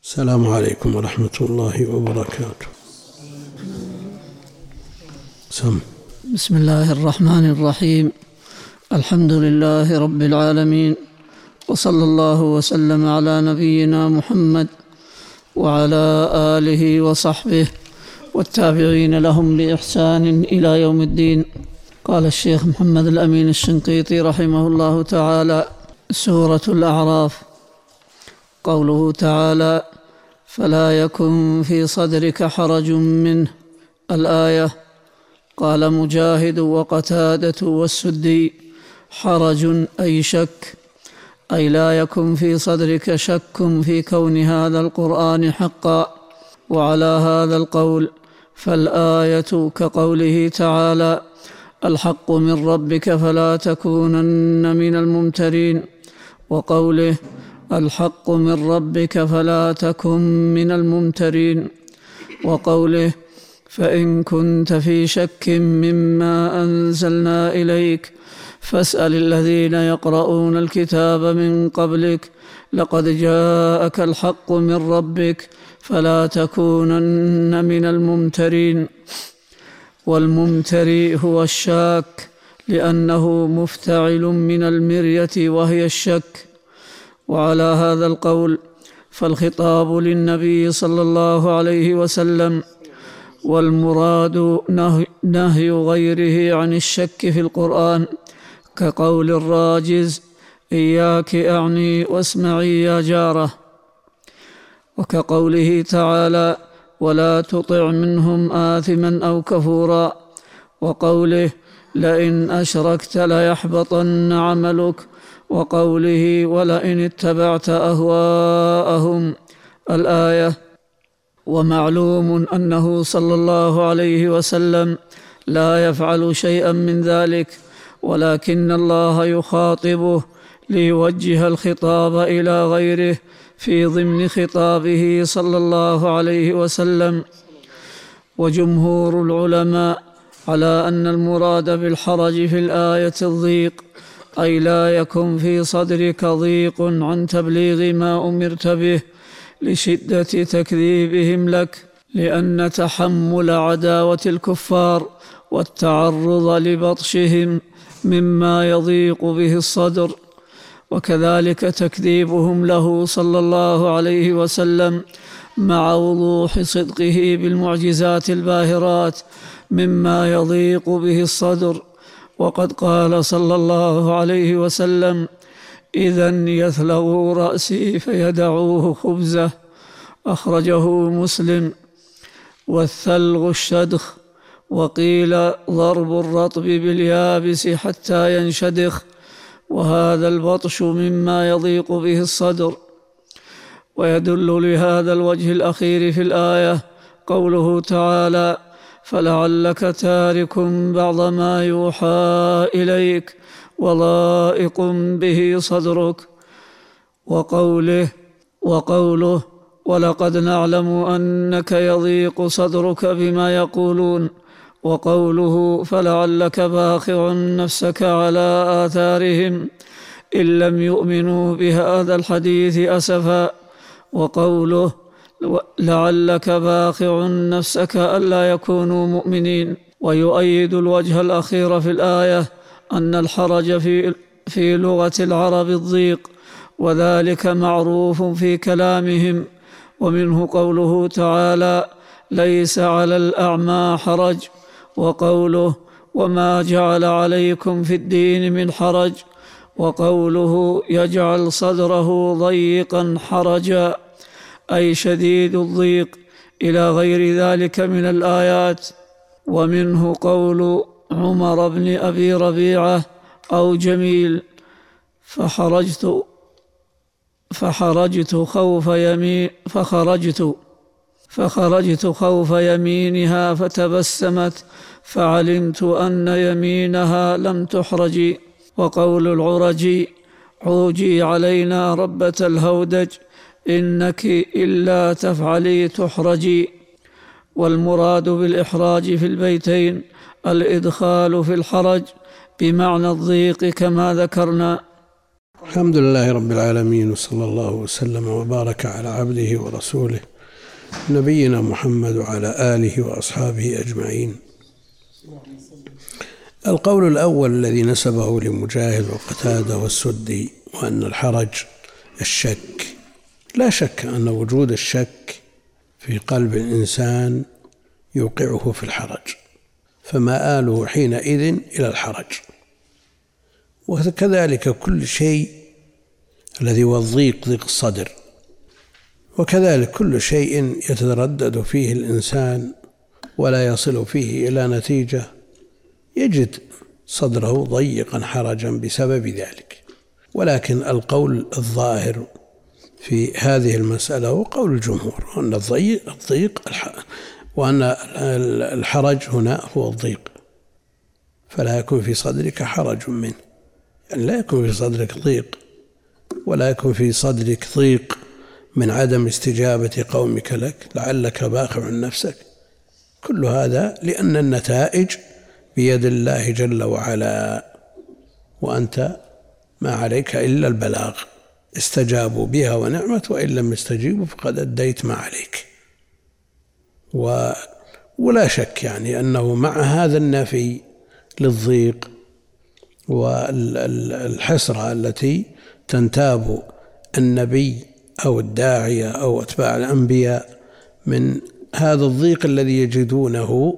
السلام عليكم ورحمة الله وبركاته. بسم الله الرحمن الرحيم. الحمد لله رب العالمين، وصلى الله وسلم على نبينا محمد وعلى آله وصحبه والتابعين لهم بإحسان إلى يوم الدين. قال الشيخ محمد الأمين الشنقيطي رحمه الله تعالى: سورة الأعراف. قوله تعالى: فلا يكن في صدرك حرج منه، الآية. قال مجاهد وقتادة والسدي: حرج أي شك، أي لا يكن في صدرك شك في كون هذا القرآن حقا. وعلى هذا القول فالآية كقوله تعالى: الحق من ربك فلا تكونن من الممترين، وقوله: الحق من ربك فلا تكن من الممترين، وقوله: فإن كنت في شك مما أنزلنا إليك فاسأل الذين يقرؤون الكتاب من قبلك لقد جاءك الحق من ربك فلا تكونن من الممترين. والممتري هو الشاك، لأنه مفتعل من المرية وهي الشك. وعلى هذا القول فالخطاب للنبي صلى الله عليه وسلم، والمراد نهي غيره عن الشك في القرآن، كقول الراجز: إياك أعني واسمعي يا جارة. وكقوله تعالى: ولا تطع منهم آثما أو كفورا، وقوله: لئن أشركت ليحبطن عملك، وقوله: ولئن اتبعت أهواءهم، الآية. ومعلوم أنه صلى الله عليه وسلم لا يفعل شيئا من ذلك، ولكن الله يخاطبه ليوجه الخطاب إلى غيره في ضمن خطابه صلى الله عليه وسلم. وجمهور العلماء على أن المراد بالحرج في الآية الضيق، أي لا يكن في صدرك ضيق عن تبليغ ما أمرت به لشدة تكذيبهم لك، لأن تحمل عداوة الكفار والتعرض لبطشهم مما يضيق به الصدر، وكذلك تكذيبهم له صلى الله عليه وسلم مع وضوح صدقه بالمعجزات الباهرات مما يضيق به الصدر. وقد قال صلى الله عليه وسلم: إذن يثلغ رأسي فيدعوه خبزه، أخرجه مسلم. والثلغ الشدخ، وقيل ضرب الرطب باليابس حتى ينشدخ، وهذا البطش مما يضيق به الصدر. ويدل لهذا الوجه الأخير في الآية قوله تعالى: فلعلك تارك بعض ما يوحى إليك وضائق به صدرك، وقوله: ولقد نعلم أنك يضيق صدرك بما يقولون، وقوله: فلعلك باخع نفسك على آثارهم إن لم يؤمنوا بهذا الحديث أسفا، وقوله: لعلك باخع نفسك ألا يكونوا مؤمنين. ويؤيد الوجه الأخير في الآية أن الحرج في لغة العرب الضيق، وذلك معروف في كلامهم. ومنه قوله تعالى: ليس على الأعمى حرج، وقوله: وما جعل عليكم في الدين من حرج، وقوله: يجعل صدره ضيقا حرجا، أي شديد الضيق، إلى غير ذلك من الآيات. ومنه قول عمر بن أبي ربيعة أو جميل: فخرجت خوف يمينها فتبسمت فعلمت أن يمينها لم تحرجي. وقول العرجي: عوجي علينا ربة الهودج إنك إلا تفعلي تحرجي. والمراد بالإحراج في البيتين الإدخال في الحرج بمعنى الضيق كما ذكرنا. الحمد لله رب العالمين، وصلى الله وسلم وبارك على عبده ورسوله نبينا محمد وعلى آله وأصحابه أجمعين. القول الأول الذي نسبه لمجاهد وقتادة والسدي، وأن الحرج الشك. لا شك أن وجود الشك في قلب الإنسان يوقعه في الحرج، فمآله حينئذ إلى الحرج. وكذلك كل شيء الذي هو الضيق، ضيق الصدر، وكذلك كل شيء يتردد فيه الإنسان ولا يصل فيه إلى نتيجة يجد صدره ضيقا حرجا بسبب ذلك. ولكن القول الظاهر في هذه المسألة هو قول الجمهور، وأن الضيق وأن الحرج هنا هو الضيق، فلا يكون في صدرك حرج منه، يعني لا يكون في صدرك ضيق، ولا يكون في صدرك ضيق من عدم استجابة قومك لك لعلك باخع نفسك. كل هذا لأن النتائج بيد الله جل وعلا، وأنت ما عليك إلا البلاغ. استجابوا بها ونعمت، وإن لم يستجيبوا فقد أديت ما عليك. ولا شك يعني أنه مع هذا النفي للضيق والحسرة التي تنتاب النبي أو الداعية أو أتباع الأنبياء من هذا الضيق الذي يجدونه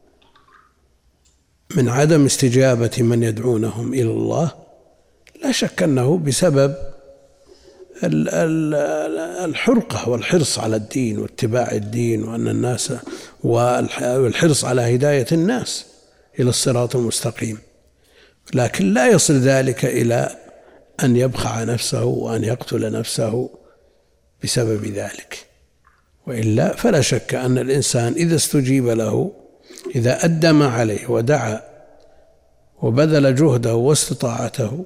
من عدم استجابة من يدعونهم إلى الله، لا شك أنه بسبب الحرقة والحرص على الدين واتباع الدين، وأن الناس والحرص على هداية الناس إلى الصراط المستقيم. لكن لا يصل ذلك إلى أن يبخع نفسه وأن يقتل نفسه بسبب ذلك. وإلا فلا شك أن الإنسان إذا استجيب له، إذا أدى ما عليه ودعا وبذل جهده واستطاعته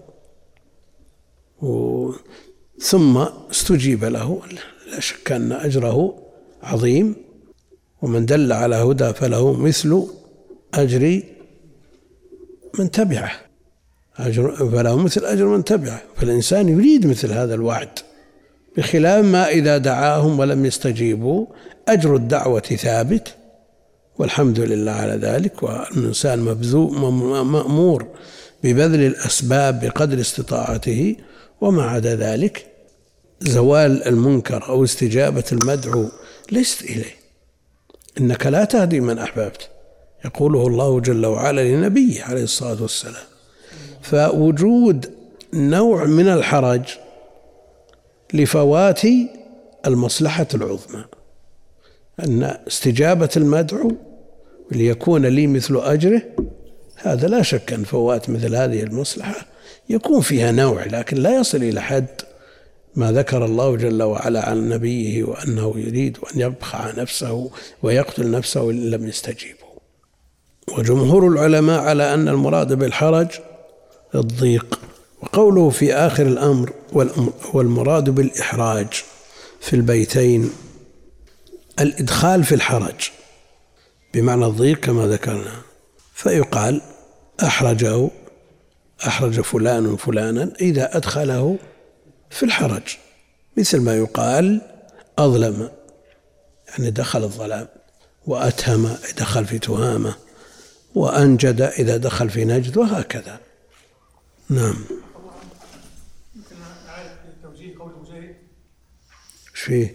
ثم استجيب له، لا شك أن أجره عظيم، ومن دل على هدى فله مثل أجر من تبعه، فله مثل أجر من تبعه. فالإنسان يريد مثل هذا الوعد، بخلاف ما إذا دعاهم ولم يستجيبوا أجر الدعوة ثابت، والحمد لله على ذلك. والإنسان مأمور ببذل الأسباب بقدر استطاعته، وما عدا ذلك زوال المنكر أو استجابة المدعو ليست إليه. إنك لا تهدي من أحببت، يقوله الله جل وعلا لنبيه عليه الصلاة والسلام. فوجود نوع من الحرج لفوات المصلحة العظمى، أن استجابة المدعو ليكون لي مثل أجره، هذا لا شك أن فوات مثل هذه المصلحة يكون فيها نوع، لكن لا يصل إلى حد ما ذكر الله جل وعلا عن نبيه، وأنه يريد أن يبخع نفسه ويقتل نفسه إن لم يستجيبوا. وجمهور العلماء على أن المراد بالحرج الضيق. وقوله في آخر الأمر والمراد بالإحراج في البيتين الإدخال في الحرج بمعنى الضيق كما ذكرنا، فيقال أحرج فلان فلانا إذا أدخله في الحرج، مثل ما يقال أظلم يعني دخل الظلام، وأتهم دخل في تهامة، وأنجد إذا دخل في نجد، وهكذا. نعم. شيء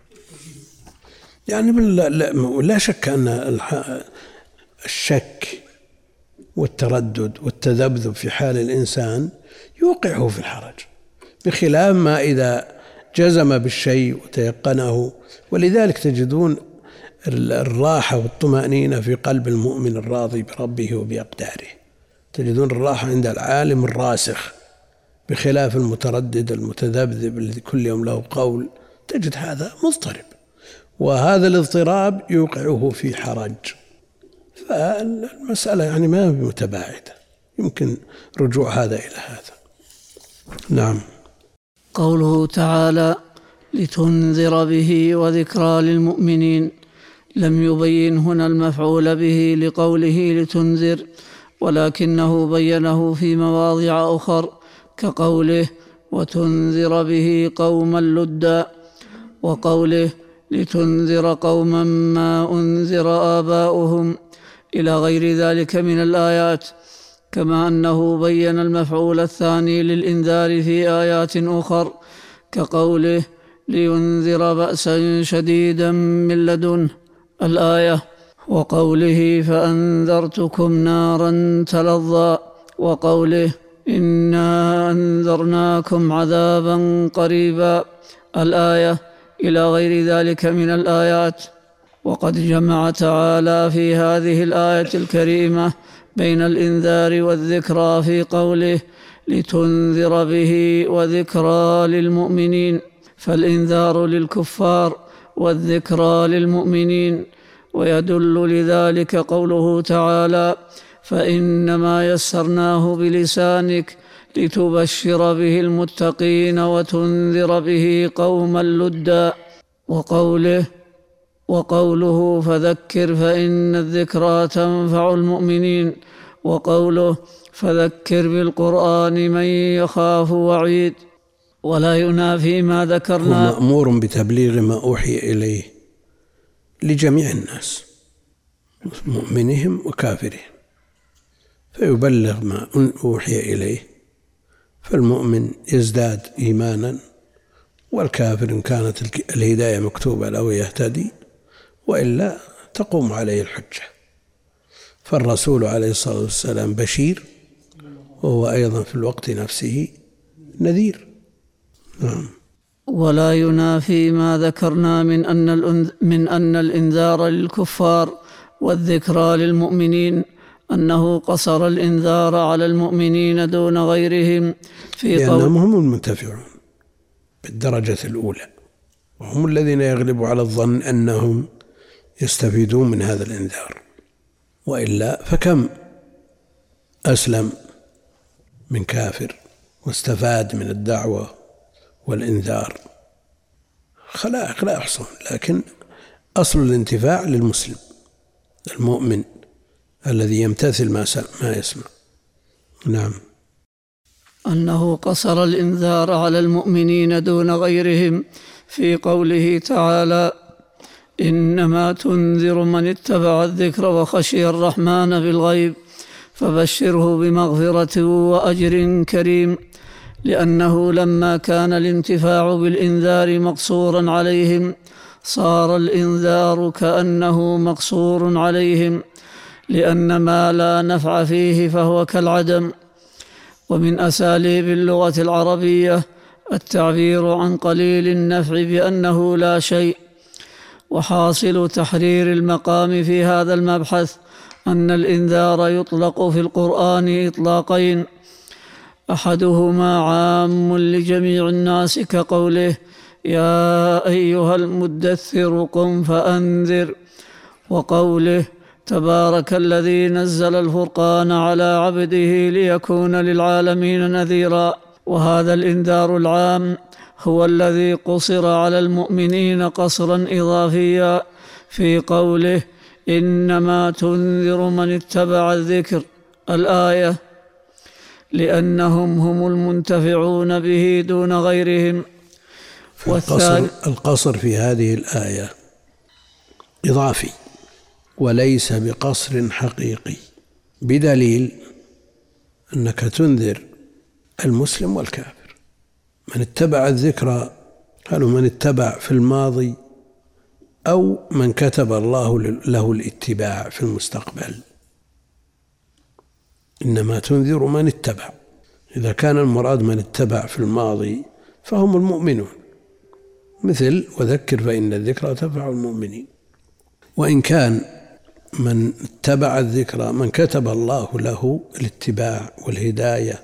يعني لا شك أن الشك والتردد والتذبذب في حال الإنسان يوقعه في الحرج، بخلاف ما إذا جزم بالشيء وتيقنه. ولذلك تجدون الراحة والطمأنينة في قلب المؤمن الراضي بربه وبأقداره، تجدون الراحة عند العالم الراسخ، بخلاف المتردد المتذبذب الذي كل يوم له قول، تجد هذا مضطرب، وهذا الاضطراب يوقعه في حرج. فالمسألة يعني ما هي متباعدة، يمكن رجوع هذا إلى هذا. نعم. قوله تعالى: لتنذر به وذكرى للمؤمنين، لم يبين هنا المفعول به لقوله لتنذر، ولكنه بينه في مواضع أخر كقوله: وتنذر به قوما لدا، وقوله لتنذر قوما ما أنذر آباؤهم إلى غير ذلك من الآيات، كما أنه بين المفعول الثاني للإنذار في آيات أخر كقوله لينذر بأسا شديدا من لدنه الآية، وقوله فأنذرتكم نارا تلظى، وقوله إنا أنذرناكم عذابا قريبا الآية إلى غير ذلك من الآيات. وقد جمع تعالى في هذه الآية الكريمة بين الإنذار والذكرى في قوله لتنذر به وذكرى للمؤمنين، فالإنذار للكفار والذكرى للمؤمنين. ويدل لذلك قوله تعالى فإنما يسرناه بلسانك لتبشر به المتقين وتنذر به قوما لدا، وقوله فذكر فإن الذكرى تنفع المؤمنين، وقوله فذكر بالقرآن من يخاف وعيد. ولا ينافي ما ذكرنا. هو مأمور بتبليغ ما أوحي إليه لجميع الناس مؤمنهم وكافرهم، فيبلغ ما أوحي إليه، فالمؤمن يزداد إيمانا، والكافر إن كانت الهداية مكتوبة له يهتدي، وإلا تقوم عليه الحجة. فالرسول عليه الصلاة والسلام بشير، وهو أيضا في الوقت نفسه نذير. نعم. ولا ينافي ما ذكرنا من أن الإنذار للكفار والذكرى للمؤمنين أنه قصر الإنذار على المؤمنين دون غيرهم لأنهم هم المنتفعون بالدرجة الأولى، وهم الذين يغلب على الظن أنهم يستفيدون من هذا الإنذار، وإلا فكم أسلم من كافر واستفاد من الدعوة والإنذار، خلائق لا يحصون. لكن أصل الانتفاع للمسلم المؤمن الذي يمتثل ما يسمع. نعم. أنه قصر الإنذار على المؤمنين دون غيرهم في قوله تعالى إنما تنذر من اتبع الذكر وخشي الرحمن بالغيب فبشره بمغفرة وأجر كريم، لأنه لما كان الانتفاع بالإنذار مقصورا عليهم صار الإنذار كأنه مقصور عليهم، لأن ما لا نفع فيه فهو كالعدم. ومن أساليب اللغة العربية التعبير عن قليل النفع بأنه لا شيء. وحاصل تحرير المقام في هذا المبحث أن الإنذار يطلق في القرآن إطلاقين، أحدهما عام لجميع الناس كقوله يا أيها المدثر قم فأنذر، وقوله تبارك الذي نزل الفرقان على عبده ليكون للعالمين نذيرا. وهذا الإنذار العام هو الذي قصر على المؤمنين قصرا إضافيا في قوله إنما تنذر من اتبع الذكر الآية، لأنهم هم المنتفعون به دون غيرهم. القصر في هذه الآية إضافي وليس بقصر حقيقي، بدليل أنك تنذر المسلم والكافر. من اتبع الذكر هل من اتبع في الماضي أو من كتب الله له الاتباع في المستقبل؟ إنما تنذر من اتبع. إذا كان المراد من اتبع في الماضي فهم المؤمنون، مثل وذكر فإن الذكرى تنفع المؤمنين. وإن كان من اتبع الذكرى من كتب الله له الاتباع والهداية،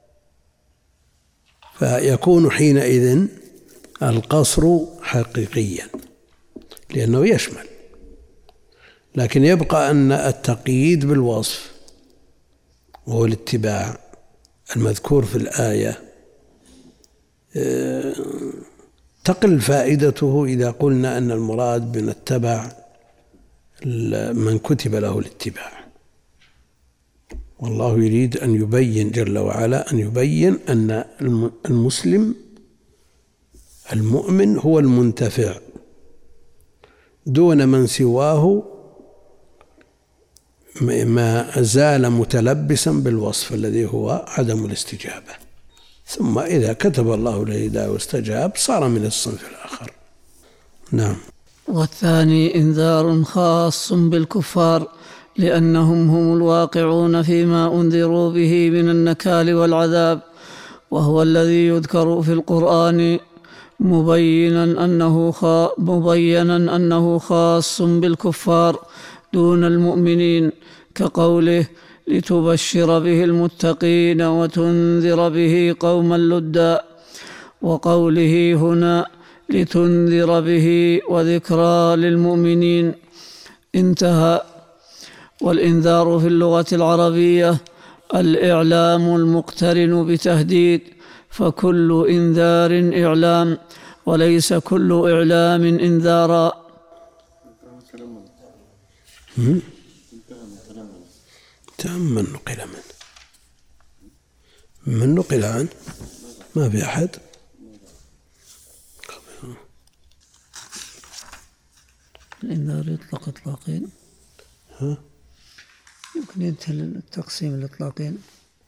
فيكون حينئذ القصر حقيقيا لأنه يشمل. لكن يبقى أن التقييد بالوصف وهو الاتباع المذكور في الآية تقل فائدته إذا قلنا أن المراد بأن اتبع من كتب له الاتباع، والله يريد أن يبين جل وعلا، أن يبين أن المسلم المؤمن هو المنتفع دون من سواه ما زال متلبسا بالوصف الذي هو عدم الاستجابة. ثم إذا كتب الله له الهداية واستجاب صار من الصنف الآخر. نعم. والثاني إنذار خاص بالكفار لأنهم هم الواقعون فيما أنذروا به من النكال والعذاب، وهو الذي يذكر في القرآن مبينا أنه خاص بالكفار دون المؤمنين، كقوله لتبشر به المتقين وتنذر به قوما لدا، وقوله هنا لتنذر به وذكرى للمؤمنين. انتهى. والإنذار في اللغة العربية الإعلام المقترن بتهديد، فكل إنذار إعلام وليس كل إعلام إنذارا. من نقل من نقل عنه ما في أحد. الإنذار يطلق إطلاقين، يمكن ينتهي التقسيم الإطلاقين.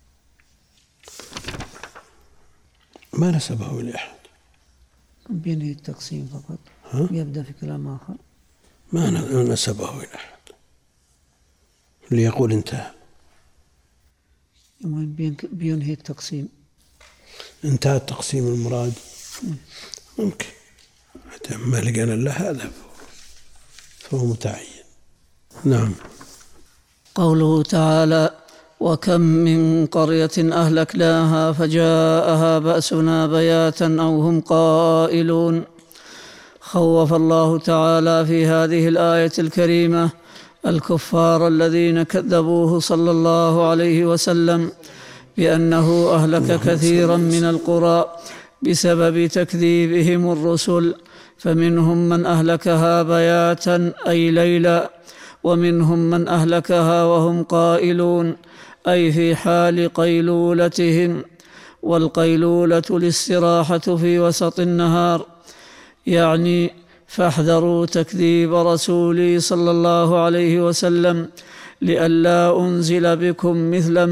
ما نسبه لأحد، بينهي التقسيم فقط، يبدأ في كلام آخر. ما نسبه لأحد ليقول انتهى. بينهي التقسيم، انتهى التقسيم المراد. ممكن ما لقينا إلا هذا فهو متعين. نعم. قوله تعالى وكم من قرية أهلكناها فجاءها بأسنا بياتا أو هم قائلون. خوف الله تعالى في هذه الآية الكريمة الكفار الذين كذبوه صلى الله عليه وسلم بأنه أهلك كثيرا من القرى بسبب تكذيبهم الرسل، فمنهم من أهلكها بياتا أي ليلا، ومنهم من أهلكها وهم قائلون أي في حال قيلولتهم، والقيلولة الاستراحة في وسط النهار، يعني فاحذروا تكذيب رسولي صلى الله عليه وسلم لئلا أنزل بكم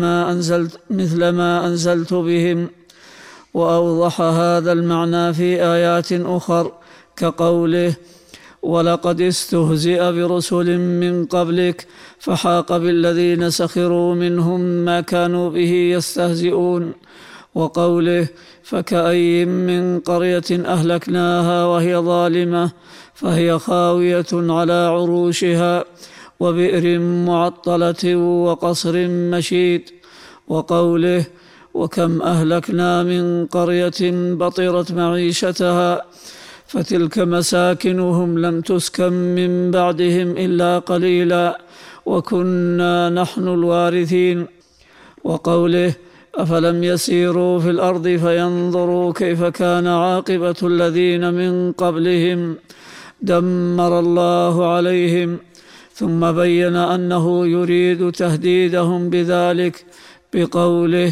مثل ما أنزلت بهم. وأوضح هذا المعنى في آيات أخر كقوله ولقد استهزئ برسل من قبلك فحاق بالذين سخروا منهم ما كانوا به يستهزئون، وقوله فكأي من قرية أهلكناها وهي ظالمة فهي خاوية على عروشها وبئر معطلة وقصر مشيد، وقوله وكم أهلكنا من قرية بطرت معيشتها فتلك مساكنهم لم تسكن من بعدهم إلا قليلا وكنا نحن الوارثين، وقوله أفلم يسيروا في الأرض فينظروا كيف كان عاقبة الذين من قبلهم دمر الله عليهم، ثم بين أنه يريد تهديدهم بذلك بقوله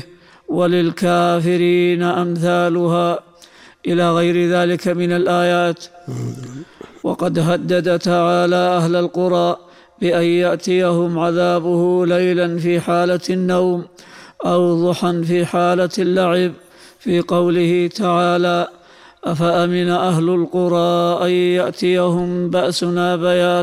وللكافرين أمثالها إلى غير ذلك من الآيات. وقد هدد تعالى أهل القرى بأن يأتيهم عذابه ليلا في حالة النوم أو ضحى في حالة اللعب في قوله تعالى أفأمن أهل القرى أن يأتيهم بأسنا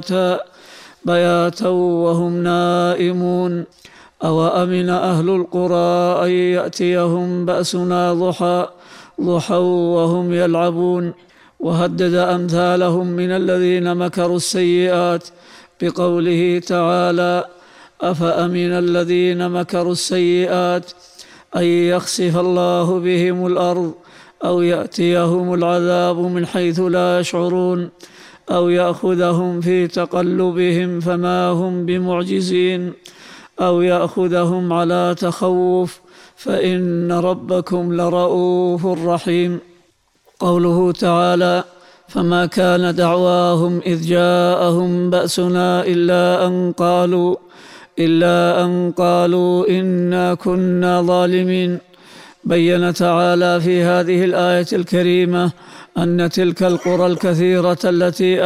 بياتا وهم نائمون، أو أمن أهل القرى أن يأتيهم بأسنا ضحى وهم يلعبون. وهدد أمثالهم من الذين مكروا السيئات بقوله تعالى أفأمن الذين مكروا السيئات أن يخسف الله بهم الأرض أو يأتيهم العذاب من حيث لا يشعرون أو يأخذهم في تقلبهم فما هم بمعجزين أو يأخذهم على تخوف فإن ربكم لرؤوف رحيم. قوله تعالى فما كان دعواهم إذ جاءهم بأسنا إلا أن قالوا إلا أن قالوا إنا كنا ظالمين. بين تعالى في هذه الآية الكريمة أن تلك القرى الكثيرة التي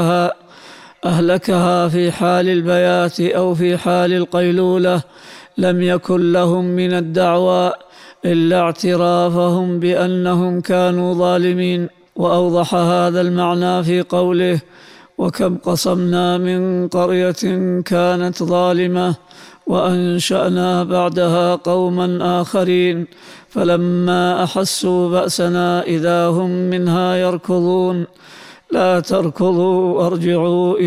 أهلكها في حال البيات أو في حال القيلولة لم يكن لهم من الدعوى إلا اعترافهم بأنهم كانوا ظالمين. وأوضح هذا المعنى في قوله: وكم قصمنا من قرية كانت ظالمة وأنشأنا بعدها قوما آخرين فلما أحسوا بأسنا إذا هم منها يركضون. لا تركضوا وارجعوا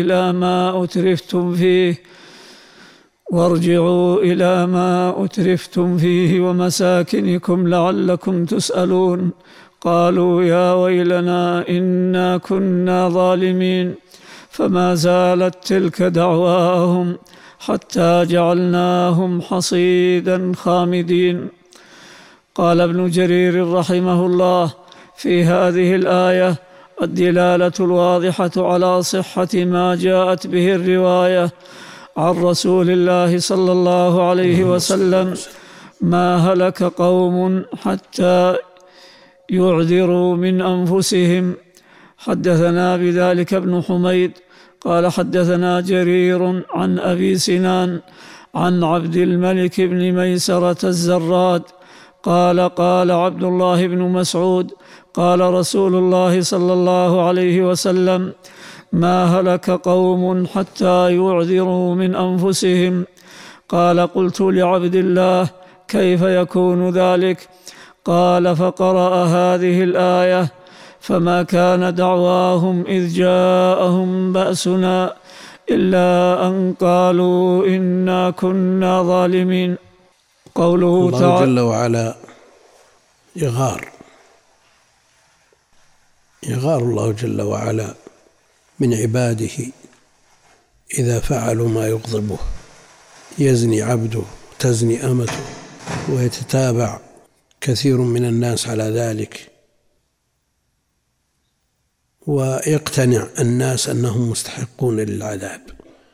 إلى ما أترفتم فيه ومساكنكم لعلكم تسألون. قالوا يا ويلنا إنا كنا ظالمين. فما زالت تلك دعواهم حتى جعلناهم حصيدا خامدين. قال ابن جرير رحمه الله في هذه الآية: الدلالة الواضحة على صحة ما جاءت به الرواية عن رسول الله صلى الله عليه وسلم: ما هلك قوم حتى يعذروا من أنفسهم. حدثنا بذلك ابن حميد قال حدثنا جرير عن أبي سنان عن عبد الملك بن ميسرة الزراد قال: قال عبد الله بن مسعود: قال رسول الله صلى الله عليه وسلم: ما هلك قوم حتى يعذروا من أنفسهم. قال: قلت لعبد الله: كيف يكون ذلك؟ قال: فقرأ هذه الآية: فما كان دعواهم إذ جاءهم بأسنا إلا أن قالوا إنا كنا ظالمين. قوله الله جل وعلا يغار الله جل وعلا من عباده إذا فعلوا ما يغضبه. يزني عبده، تزني أمته، ويتتابع كثير من الناس على ذلك، ويقتنع الناس أنهم مستحقون للعذاب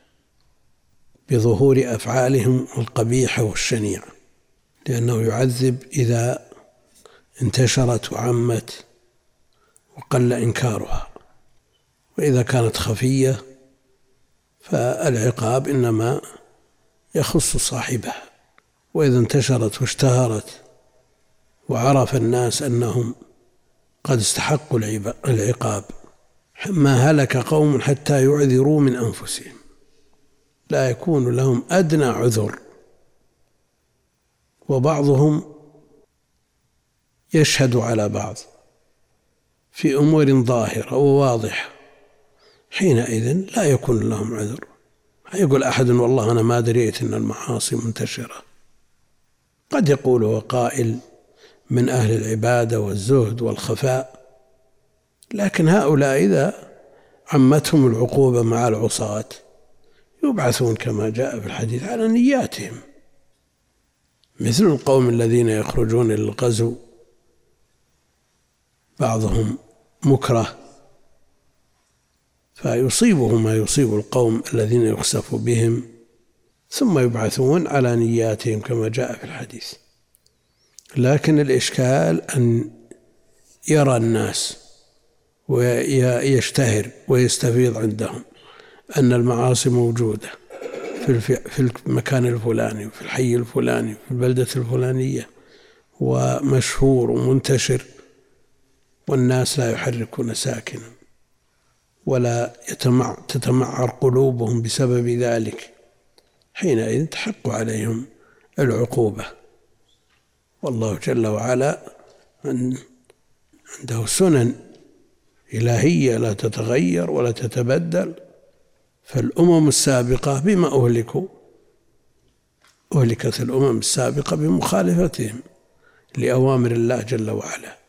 بظهور أفعالهم القبيحة والشنيعة، لأنه يعذب إذا انتشرت وعمت وقل إنكارها، وإذا كانت خفية فالعقاب إنما يخص صاحبها، وإذا انتشرت واشتهرت وعرف الناس أنهم قد استحقوا العقاب. ما هلك قوم حتى يعذروا من أنفسهم، لا يكون لهم أدنى عذر، وبعضهم يشهد على بعض في أمور ظاهرة وواضحة، حينئذ لا يكون لهم عذر. يقول أحد: والله أنا ما دريت أن المعاصي منتشرة. قد يقول هو قائل من أهل العبادة والزهد والخفاء، لكن هؤلاء إذا عمتهم العقوبة مع العصاة يبعثون كما جاء في الحديث على نياتهم، مثل القوم الذين يخرجون للغزو بعضهم مكره فيصيبه ما يصيب القوم الذين يخسف بهم، ثم يبعثون على نياتهم كما جاء في الحديث. لكن الإشكال أن يرى الناس ويشتهر ويستفيض عندهم أن المعاصي موجودة في المكان الفلاني وفي الحي الفلاني وفي البلدة الفلانية ومشهور ومنتشر، والناس لا يحركون ساكنا ولا تتمعر قلوبهم بسبب ذلك، حينئذ تحق عليهم العقوبة. والله جل وعلا عنده سنن إلهية لا تتغير ولا تتبدل، فالأمم السابقة بما أهلكت الأمم السابقة بمخالفتهم لأوامر الله جل وعلا،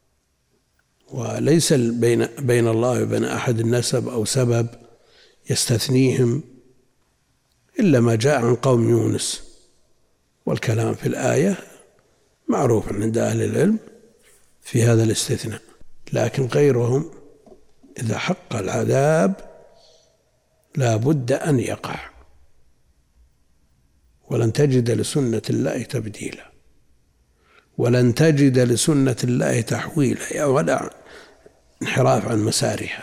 وليس بين الله وبين أحد نسب أو سبب يستثنيهم إلا ما جاء عن قوم يونس، والكلام في الآية معروف عند أهل العلم في هذا الاستثناء، لكن غيرهم إذا حق العذاب لا بد أن يقع. ولن تجد لسنة الله تبديلا، ولن تجد لسنة الله تحويلا ولا انحراف عن مسارها،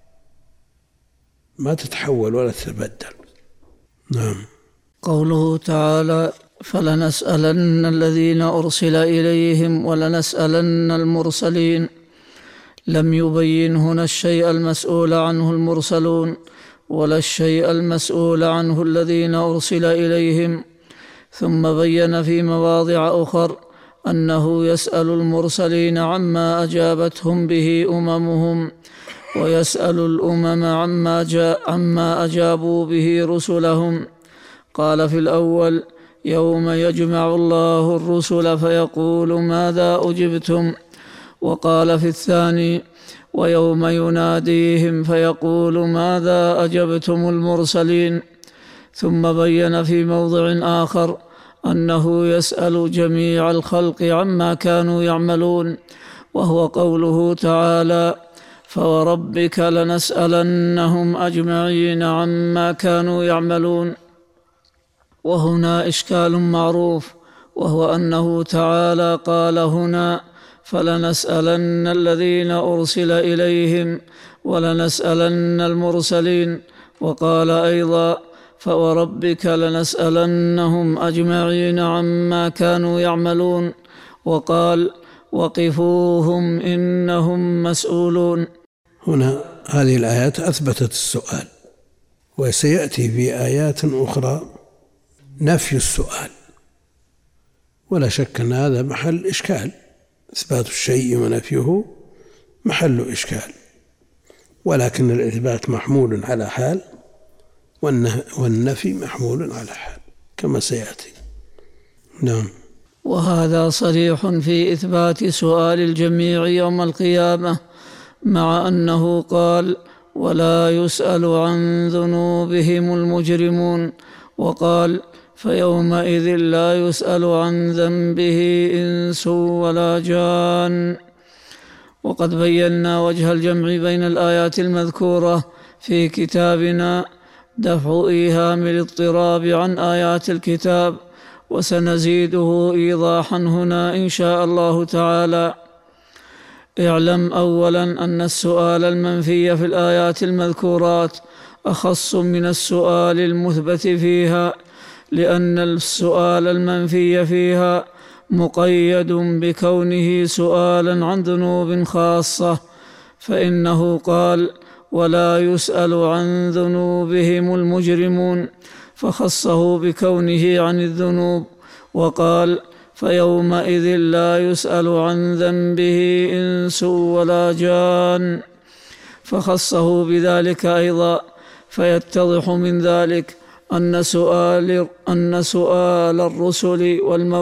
ما تتحول ولا تتبدل. نعم. قوله تعالى: فلنسألن الذين أرسل إليهم ولنسألن المرسلين، لم يبين هنا الشيء المسؤول عنه المرسلون ولا الشيء المسؤول عنه الذين أرسل إليهم، ثم بين في مواضع أخر أنه يسأل المرسلين عما أجابتهم به أممهم، ويسأل الأمم عما أجابوا به رسلهم. قال في الأول: يوم يجمع الله الرسل فيقول ماذا أجبتم، وقال في الثاني: ويوم يناديهم فيقول ماذا أجبتم المرسلين. ثم بين في موضع آخر أنه يسأل جميع الخلق عما كانوا يعملون، وهو قوله تعالى: فوربك لنسألنهم أجمعين عما كانوا يعملون. وهنا إشكال معروف، وهو أنه تعالى قال هنا: فلنسألن الذين أرسل إليهم ولنسألن المرسلين، وقال أيضا: فوربك لنسألنهم أجمعين عما كانوا يعملون، وقال: وقفوهم إنهم مسؤولون. هنا هذه الآيات أثبتت السؤال، وسيأتي في آيات أخرى نفي السؤال، ولا شك أن هذا محل إشكال، إثبات الشيء ونفيه محل إشكال، ولكن الإثبات محمول على حال والنفي محمول على حال كما سيأتي. نعم. وهذا صريح في إثبات سؤال الجميع يوم القيامة، مع أنه قال: ولا يسأل عن ذنوبهم المجرمون، وقال: فيومئذ لا يسأل عن ذنبه إنس ولا جان. وقد بينا وجه الجمع بين الآيات المذكورة في كتابنا دفع إيهام الاضطراب عن آيات الكتاب، وسنزيده إيضاحا هنا إن شاء الله تعالى. اعلم أولا أن السؤال المنفي في الآيات المذكورات أخص من السؤال المثبت فيها، لأن السؤال المنفي فيها مقيد بكونه سؤالا عن ذنوب خاصة، فإنه قال: ولا يسأل عن ذنوبهم المجرمون، فخصه بكونه عن الذنوب، وقال: فيومئذ لا يسأل عن ذنبه إنس ولا جان، فخصه بذلك أيضا. فيتضح من ذلك أن سؤال الرسل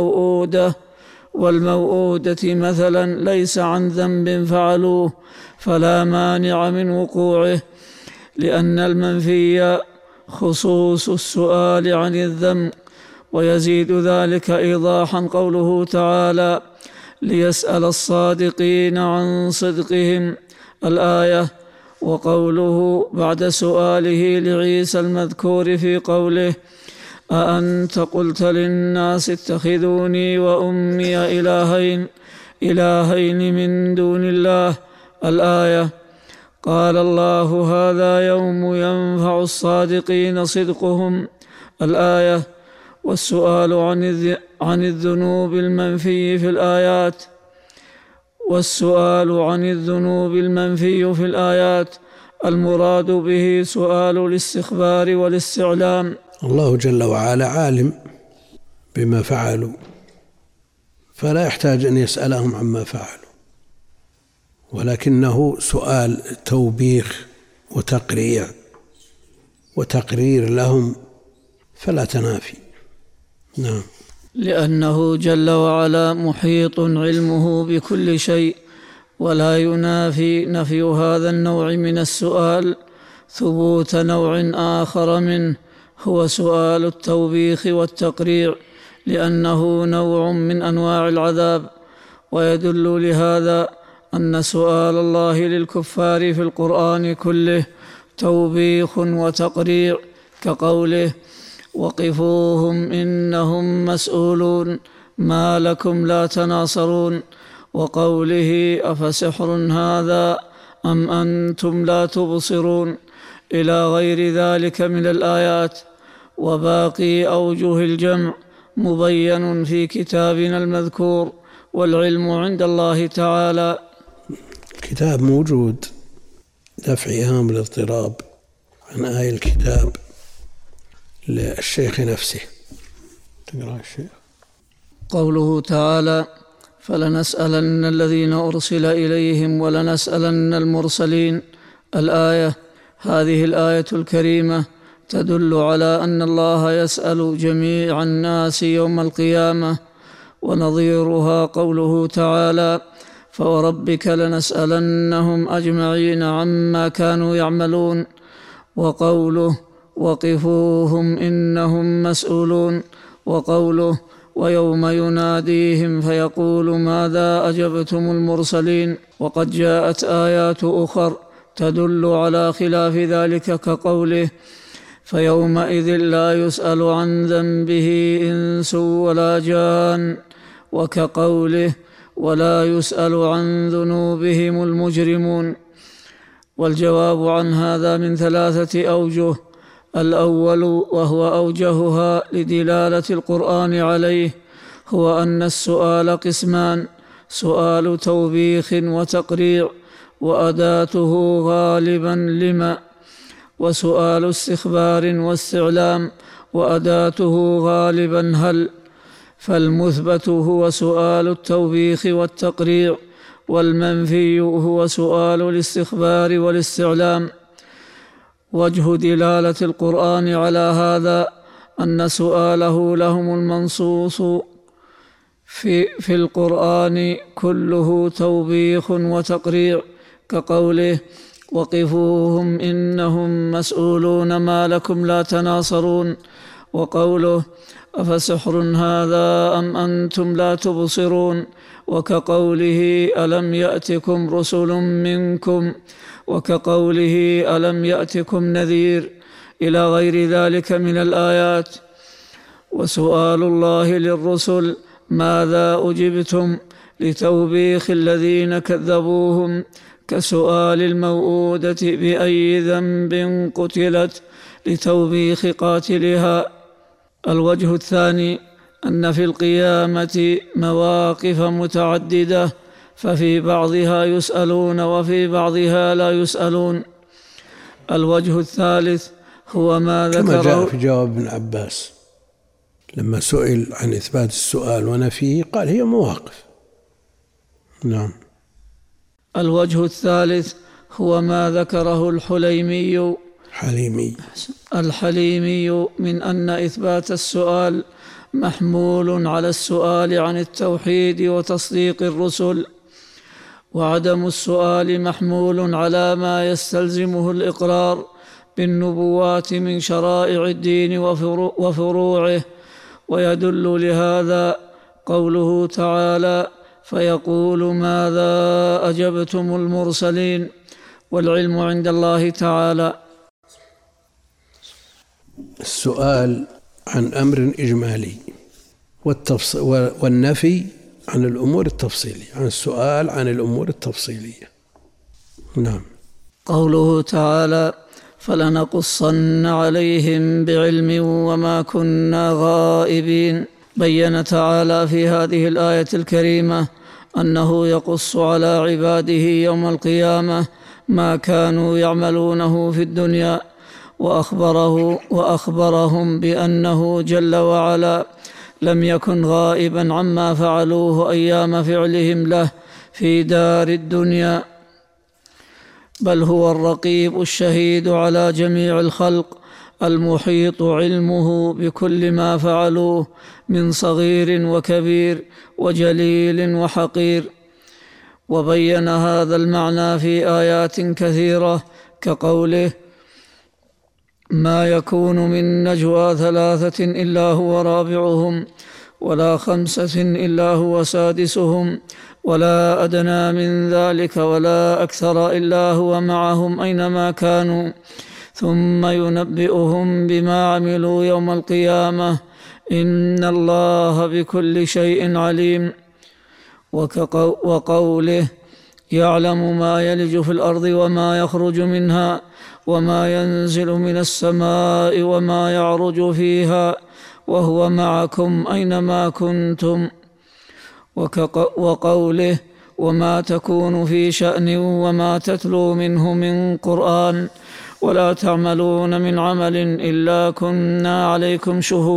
والموءودة مثلا ليس عن ذنب فعلوه، فلا مانع من وقوعه، لأن المنفي خصوص السؤال عن الذنب. ويزيد ذلك إيضاحا قوله تعالى: ليسأل الصادقين عن صدقهم، الآية. وقوله بعد سؤاله لعيسى المذكور في قوله: أأنت قلت للناس اتخذوني وأمي إلهين من دون الله، الآية. قال الله: هذا يوم ينفع الصادقين صدقهم، الآية. والسؤال عن الذنوب المنفي في الآيات المراد به سؤال الاستخبار والاستعلام. الله جل وعلا عالم بما فعلوا، فلا يحتاج أن يسألهم عما فعلوا، ولكنه سؤال توبيخ وتقرير لهم، فلا تنافي. نعم. لأنه جل وعلا محيط علمه بكل شيء، ولا ينافي نفي هذا النوع من السؤال ثبوت نوع آخر منه، هو سؤال التوبيخ والتقريع، لأنه نوع من أنواع العذاب. ويدل لهذا أن سؤال الله للكفار في القرآن كله توبيخ وتقريع، كقوله: وقفوهم إنهم مسؤولون ما لكم لا تناصرون، وقوله أفسحر هذا أم أنتم لا تبصرون، إلى غير ذلك من الآيات. وباقي أوجه الجمع مبين في كتابنا المذكور، والعلم عند الله تعالى. الكتاب موجود، دفع إيهام الاضطراب عن آية الكتاب للشيخ نفسه. تقرأ الشيخ. قوله تعالى: فلنسألن الذين أرسل إليهم ولنسألن المرسلين. الآية. هذه الآية الكريمة تدل على أن الله يسأل جميع الناس يوم القيامة، ونظيرها قوله تعالى: فوربك لنسألنهم أجمعين عما كانوا يعملون، وقوله: وقفوهم إنهم مسؤولون، وقوله: ويوم يناديهم فيقول ماذا أجبتم المرسلين. وقد جاءت آيات أخر تدل على خلاف ذلك، كقوله: فيومئذ لا يسأل عن ذنبه إنس ولا جان، وكقوله: ولا يسأل عن ذنوبهم المجرمون. والجواب عن هذا من 3 أوجه. الأول، وهو أوجهها لدلالة القرآن عليه، هو أن السؤال قسمان: سؤال توبيخ وتقريع وأداته غالبا لما، وسؤال استخبار واستعلام وأداته غالبا هل. فالمثبت هو سؤال التوبيخ والتقريع، والمنفي هو سؤال الاستخبار والاستعلام. وجه دلالة القرآن على هذا أن سؤاله لهم المنصوص في القرآن كله توبيخ وتقريع، كقوله: وقفوهم إنهم مسؤولون ما لكم لا تناصرون، وقوله: أفسحر هذا أم أنتم لا تبصرون، وكقوله: ألم يأتكم رسل منكم، وكقوله: ألم يأتكم نذير، إلى غير ذلك من الآيات. وسؤال الله للرسل ماذا أجبتم لتوبيخ الذين كذبوهم، كسؤال الموءودة بأي ذنب قتلت لتوبيخ قاتلها. الوجه الثاني أن في القيامة مواقف متعددة، ففي بعضها يسألون وفي بعضها لا يسألون. الوجه الثالث هو ما ذكره كما جاء في جواب ابن عباس لما سئل عن إثبات السؤال ونفيه قال هي مواقف. نعم. الوجه الثالث هو ما ذكره الحليمي من أن إثبات السؤال محمول على السؤال عن التوحيد وتصديق الرسل، وعدم السؤال محمول على ما يستلزمه الإقرار بالنبوات من شرائع الدين وفروعه. ويدل لهذا قوله تعالى: فيقول ماذا أجبتم المرسلين، والعلم عند الله تعالى. السؤال عن أمر إجمالي والنفي عن الأمور التفصيلية، عن السؤال عن الأمور التفصيلية. نعم. قوله تعالى: فلنقصن عليهم بعلم وما كنا غائبين. بين تعالى في هذه الآية الكريمة أنه يقص على عباده يوم القيامة ما كانوا يعملونه في الدنيا، وأخبرهم بأنه جل وعلا لم يكن غائبا عما فعلوه أيام فعلهم له في دار الدنيا، بل هو الرقيب الشهيد على جميع الخلق، المحيط علمه بكل ما فعلوه من صغير وكبير وجليل وحقير. وبين هذا المعنى في آيات كثيرة، كقوله: ما يكون من نجوى 3 إلا هو رابعهم، ولا 5 إلا هو سادسهم، ولا أدنى من ذلك ولا أكثر إلا هو معهم أينما كانوا، ثم ينبئهم بما عملوا يوم القيامة إن الله بكل شيء عليم. وقوله يعلم ما يلج في الأرض وما يخرج منها وما ينزل من السماء وما يعرج فيها وهو معكم أينما كنتم. وقوله وما تكون في شأن وما تتلو منه من قرآن ولا تعملون من عمل إلا كنا عليكم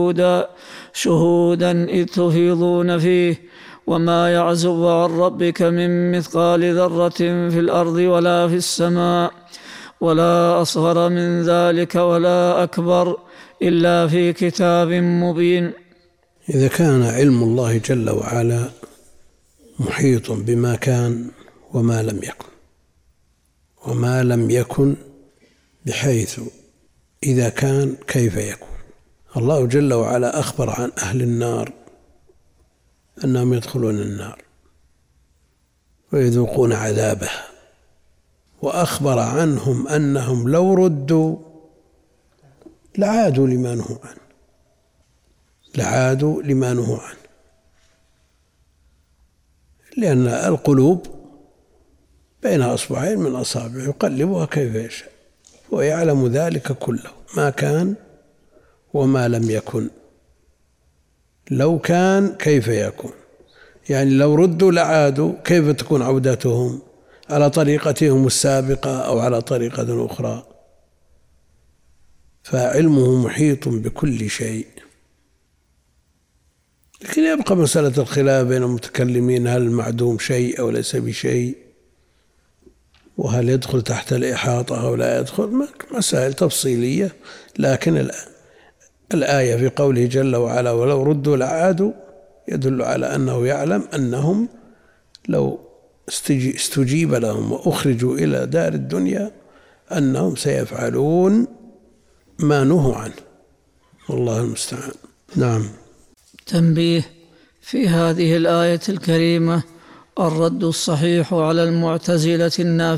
شهودا إذ تفيضون فيه وما يعزب عن ربك من مثقال ذرة في الأرض ولا في السماء ولا أصغر من ذلك ولا أكبر إلا في كتاب مبين. إذا كان علم الله جل وعلا محيط بما كان وما لم يكن، وما لم يكن بحيث إذا كان كيف يكون. الله جل وعلا أخبر عن أهل النار أنهم يدخلون النار ويذوقون عذابها، وأخبر عنهم أنهم لو ردوا لعادوا لما نهوا عنه، لأن القلوب بين أصبعين من أصابعه يقلبها كيف يشاء، ويعلم ذلك كله ما كان وما لم يكن. لو كان كيف يكون، يعني لو ردوا لعادوا، كيف تكون عودتهم؟ على طريقتهم السابقة أو على طريقة أخرى. فعلمه محيط بكل شيء. لكن يبقى مسألة الخلاف بين المتكلمين، هل المعدوم شيء أو ليس بشيء، وهل يدخل تحت الإحاطة أو لا يدخل، مسائل تفصيلية. لكن الآية في قوله جل وعلا ولو ردوا لعادوا يدل على أنه يعلم أنهم لو استجيب لهم وأخرجوا إلى دار الدنيا أنهم سيفعلون ما نهوا عنه، والله المستعان. نعم. تنبيه: في هذه الآية الكريمة الرد الصحيح على المعتزلة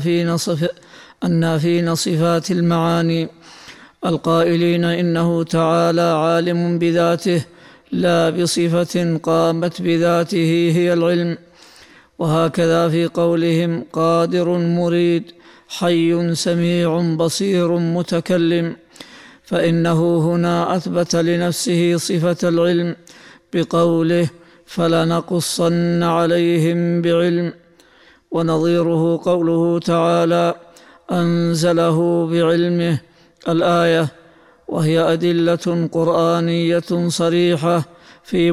النافين صفات المعاني القائلين إنه تعالى عالم بذاته لا بصفة قامت بذاته هي العلم. وهكذا في قولهم قادر مريد حي سميع بصير متكلم، فإنه هنا أثبت لنفسه صفة العلم بقوله فلنقصن عليهم بعلم. ونظيره قوله تعالى أنزله بعلمه الآية، وهي أدلة قرآنية صريحة في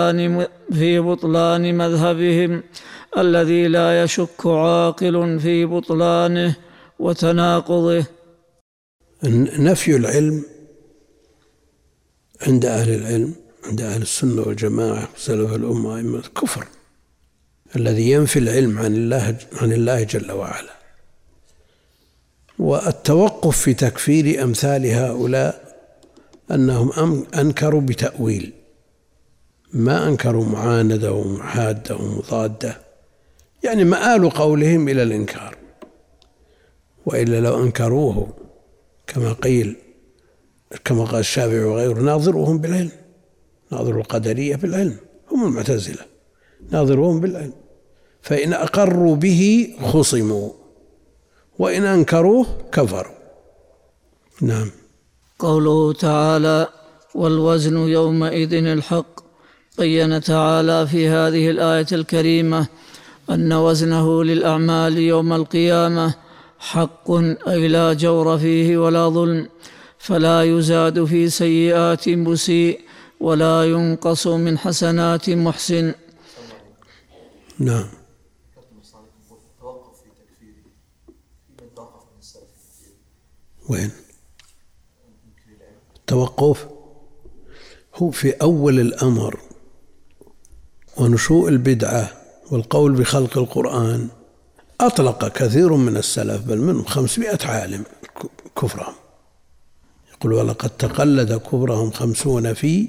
بطلان مذهبهم الذي لا يشك عاقل في بطلانه وتناقضه. نفي العلم عند أهل العلم، عند أهل السنة والجماعة سلف الأمة كفر، الذي ينفي العلم عن الله جل وعلا. والتوقف في تكفير أمثال هؤلاء أنهم أنكروا بتأويل، ما أنكروا معاندة ومحادة ومضادة، يعني مآل قولهم إلى الإنكار. وإلا لو أنكروه كما قال الشافعي وغيره ناظروهم بالعلم، ناظروا القدرية بالعلم، هم المعتزلة، ناظروهم بالعلم، فإن أقروا به خصموا وإن أنكروه كفروا. نعم. قوله تعالى والوزن يومئذ الحق، بين تعالى في هذه الآية الكريمة أن وزنه للأعمال يوم القيامة حق، أي لا جور فيه ولا ظلم، فلا يزاد في سيئات مسيء ولا ينقص من حسنات محسن. نعم. وين التوقف؟ هو في أول الأمر ونشوء البدعة والقول بخلق القرآن أطلق كثير من السلف، بل منهم 500 عالم كفرهم، يقول ولقد تقلد كفرهم 50 في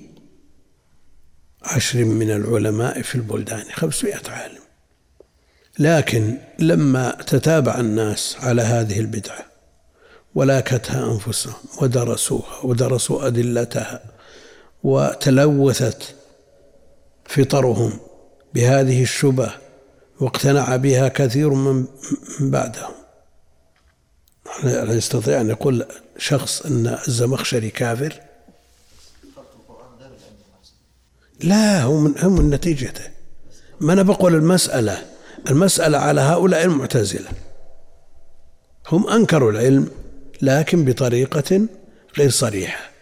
10 من العلماء في البلدان، 500 عالم. لكن لما تتابع الناس على هذه البدعة ولاكتها أنفسهم ودرسوها ودرسوا أدلتها وتلوثت فطرهم بهذه الشبه واقتنع بها كثير من بعدهم. لا يستطيع أن يقول شخص أن الزمخشري كافر، لا، هو من نتيجته. ما أنا بقول المسألة على هؤلاء المعتزلة، هم أنكروا العلم لكن بطريقة غير صريحة.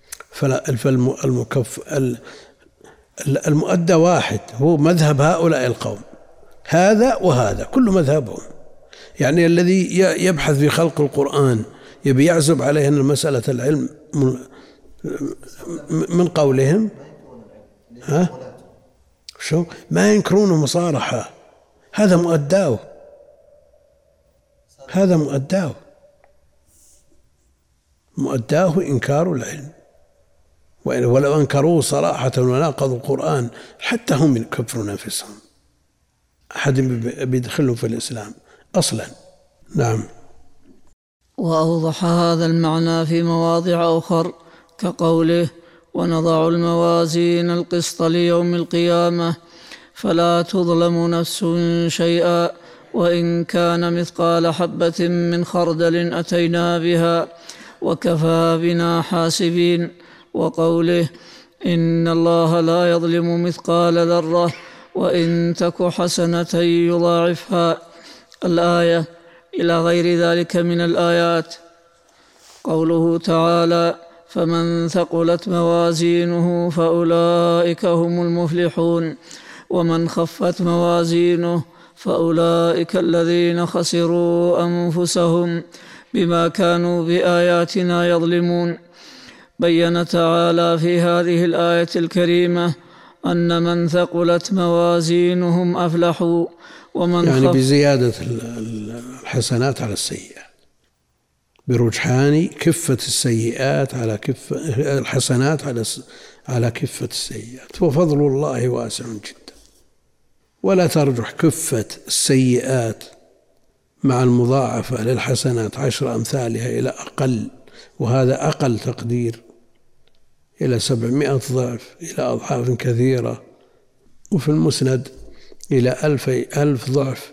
المؤدى واحد، هو مذهب هؤلاء القوم، هذا وهذا كل مذهبهم. يعني الذي يبحث في خلق القرآن يبي يعزب عليه أن مسألة العلم من قولهم، شو ما ينكرونه مصارحة، هذا مؤداه إنكار العلم. ولو أنكروه صراحة وناقضوا القرآن حتى هم يكفرون أنفسهم، أحد بيدخلوا في الإسلام أصلا. نعم. وأوضح هذا المعنى في مواضع أخر كقوله: ونضع الموازين القسط ليوم القيامة فلا تظلم نفس شيئا وإن كان مثقال حبة من خردل أتينا بها وكفى بنا حاسبين. وقوله: إن الله لا يظلم مثقال ذرة وإن تك حسنة يضاعفها، الآية، إلى غير ذلك من الآيات. قوله تعالى: فمن ثقلت موازينه فأولئك هم المفلحون، ومن خفت موازينه فأولئك الذين خسروا أنفسهم بما كانوا بآياتنا يظلمون. بين تعالى في هذه الآية الكريمة أن من ثقلت موازينهم أفلحوا، ومن يعني بزيادة الحسنات على السيئات، برجحان كفة السيئات على كفة الحسنات على كفة السيئات. وفضل الله واسع جدا، ولا ترجح كفة السيئات مع المضاعفة للحسنات 10 أمثالها إلى أقل، وهذا أقل تقدير، إلى 700 ضعف، إلى أضعاف كثيرة، وفي المسند إلى 1000 ضعف،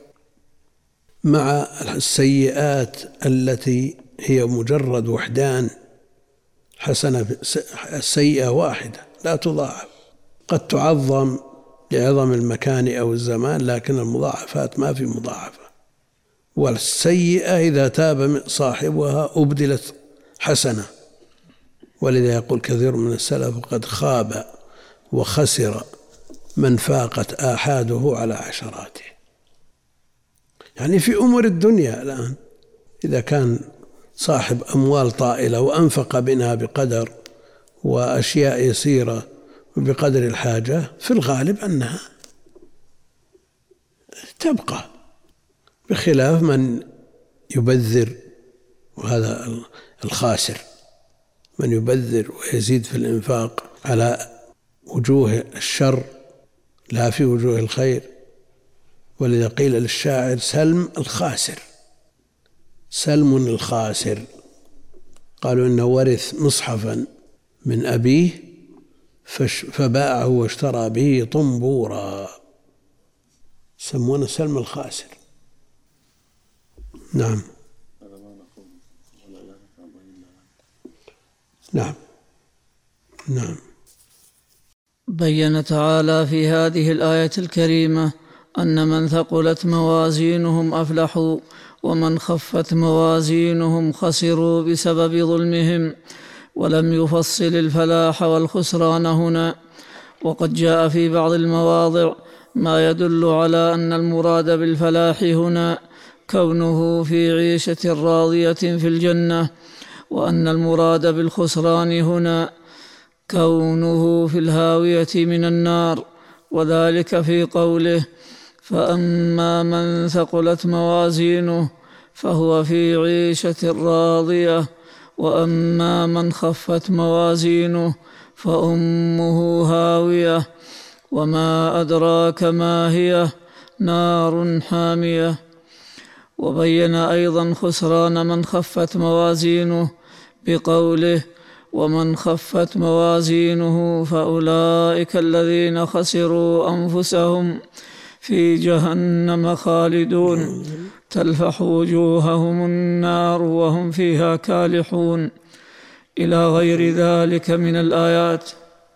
مع السيئات التي هي مجرد وحدان، حسنة السيئة واحدة لا تضاعف، قد تعظم لعظم المكان أو الزمان، لكن المضاعفات ما في مضاعفة. والسيئة إذا تاب صاحبها أبدلت حسنة، ولذا يقول كثير من السلف: قد خاب وخسر من فاقت آحاده على عشراته. يعني في أمور الدنيا الآن إذا كان صاحب أموال طائلة وأنفق منها بقدر وأشياء يسيرة وبقدر الحاجة، في الغالب أنها تبقى، بخلاف من يبذر، وهذا الخاسر، من يبذر ويزيد في الإنفاق على وجوه الشر لا في وجوه الخير. ولذا قيل للشاعر: سلم الخاسر، سلم الخاسر. قالوا إنه ورث مصحفا من أبيه فباعه واشترى به طنبورا، يسمونه سلم الخاسر. نعم. نعم. نعم. بين تعالى في هذه الآية الكريمة أن من ثقلت موازينهم أفلحوا، ومن خفت موازينهم خسروا بسبب ظلمهم، ولم يفصل الفلاح والخسران هنا. وقد جاء في بعض المواضع ما يدل على أن المراد بالفلاح هنا كونه في عيشة راضية في الجنة، وأن المراد بالخسران هنا كونه في الهاوية من النار، وذلك في قوله: فأما من ثقلت موازينه فهو في عيشة راضية، وأما من خفت موازينه فأمه هاوية، وما أدراك ما هي، نار حامية. وبين أيضا خسران من خفت موازينه بقوله: ومن خفت موازينه فأولئك الذين خسروا أنفسهم في جهنم خالدون تلفح وجوههم النار وهم فيها كالحون، إلى غير ذلك من الآيات.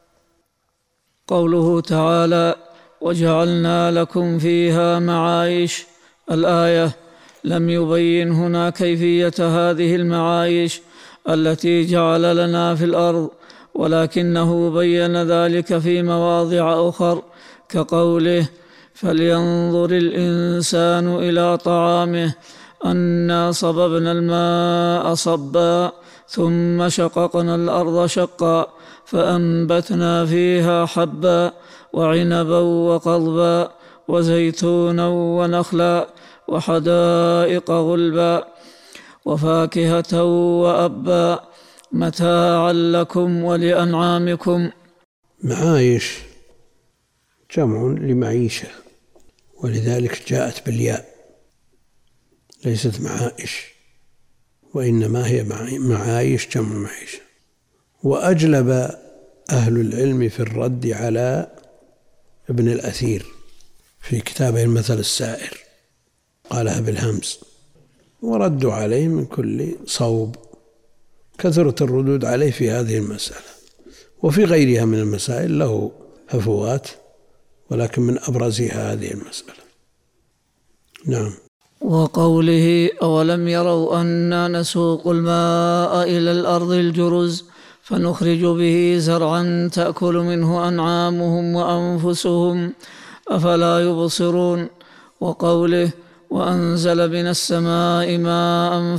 قوله تعالى: وجعلنا لكم فيها معايش، الآية لم يبين هنا كيفية هذه المعايش التي جعل لنا في الأرض، ولكنه بين ذلك في مواضع أخر، كقوله: فلينظر الإنسان إلى طعامه أنا صببنا الماء صبا ثم شققنا الأرض شقا فأنبتنا فيها حبا وعنبا وقضبا وزيتونا ونخلا وحدائق غلبا وفاكهة وأبا متاعا لكم ولأنعامكم. معايش جمع لمعيشة، ولذلك جاءت بالياء، ليست معائش، وإنما هي معايش جمع معيشة. وأجلب أهل العلم في الرد على ابن الأثير في كتابه المثل السائر، قالها بالهمز، وردوا عليه من كل صوب، كثرت الردود عليه في هذه المسألة، وفي غيرها من المسائل له هفوات، ولكن من أبرزها هذه المسألة. نعم. وقوله: أولم يروا أنا نسوق الماء إلى الأرض الجرز فنخرج به زرعا تأكل منه أنعامهم وأنفسهم أفلا يبصرون. وقوله: وأنزل من السماء ماء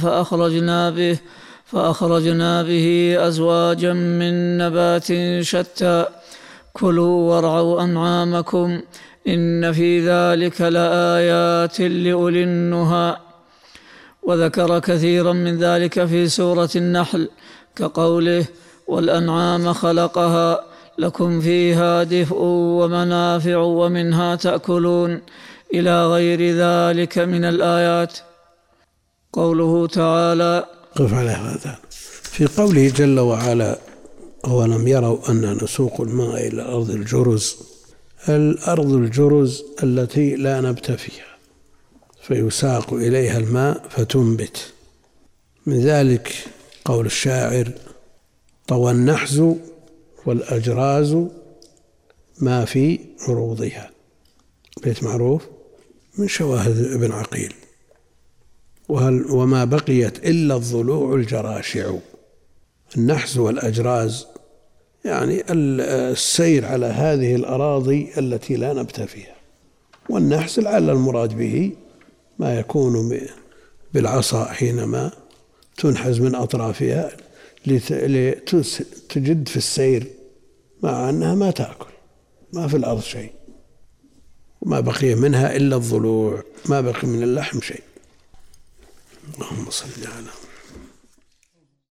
فأخرجنا به أزواجا من نبات شتى كلوا وارعوا أنعامكم إن في ذلك لآيات لأولي النهى. وذكر كثيرا من ذلك في سورة النحل، كقوله: والأنعام خلقها لكم فيها دفء ومنافع ومنها تأكلون، إلى غير ذلك من الآيات. قوله تعالى: قف على هذا في قوله جل وعلا: أولم يروا أننا نسوق الماء إلى الأرض الجرز. الأرض الجرز التي لا نبت فيها، فيساق إليها الماء فتنبت. من ذلك قول الشاعر: طوى النحز والأجراز ما في عروضها، بيت معروف من شواهد ابن عقيل. وما بقيت إلا الضلوع الجراشع. النحز والأجراز يعني السير على هذه الأراضي التي لا نبت فيها، والنحس لعل المراد به ما يكون بالعصا حينما تنحز من أطرافها لتجد في السير، مع أنها ما تأكل، ما في الأرض شيء، وما بقي منها إلا الضلوع، ما بقي من اللحم شيء. اللهم صل على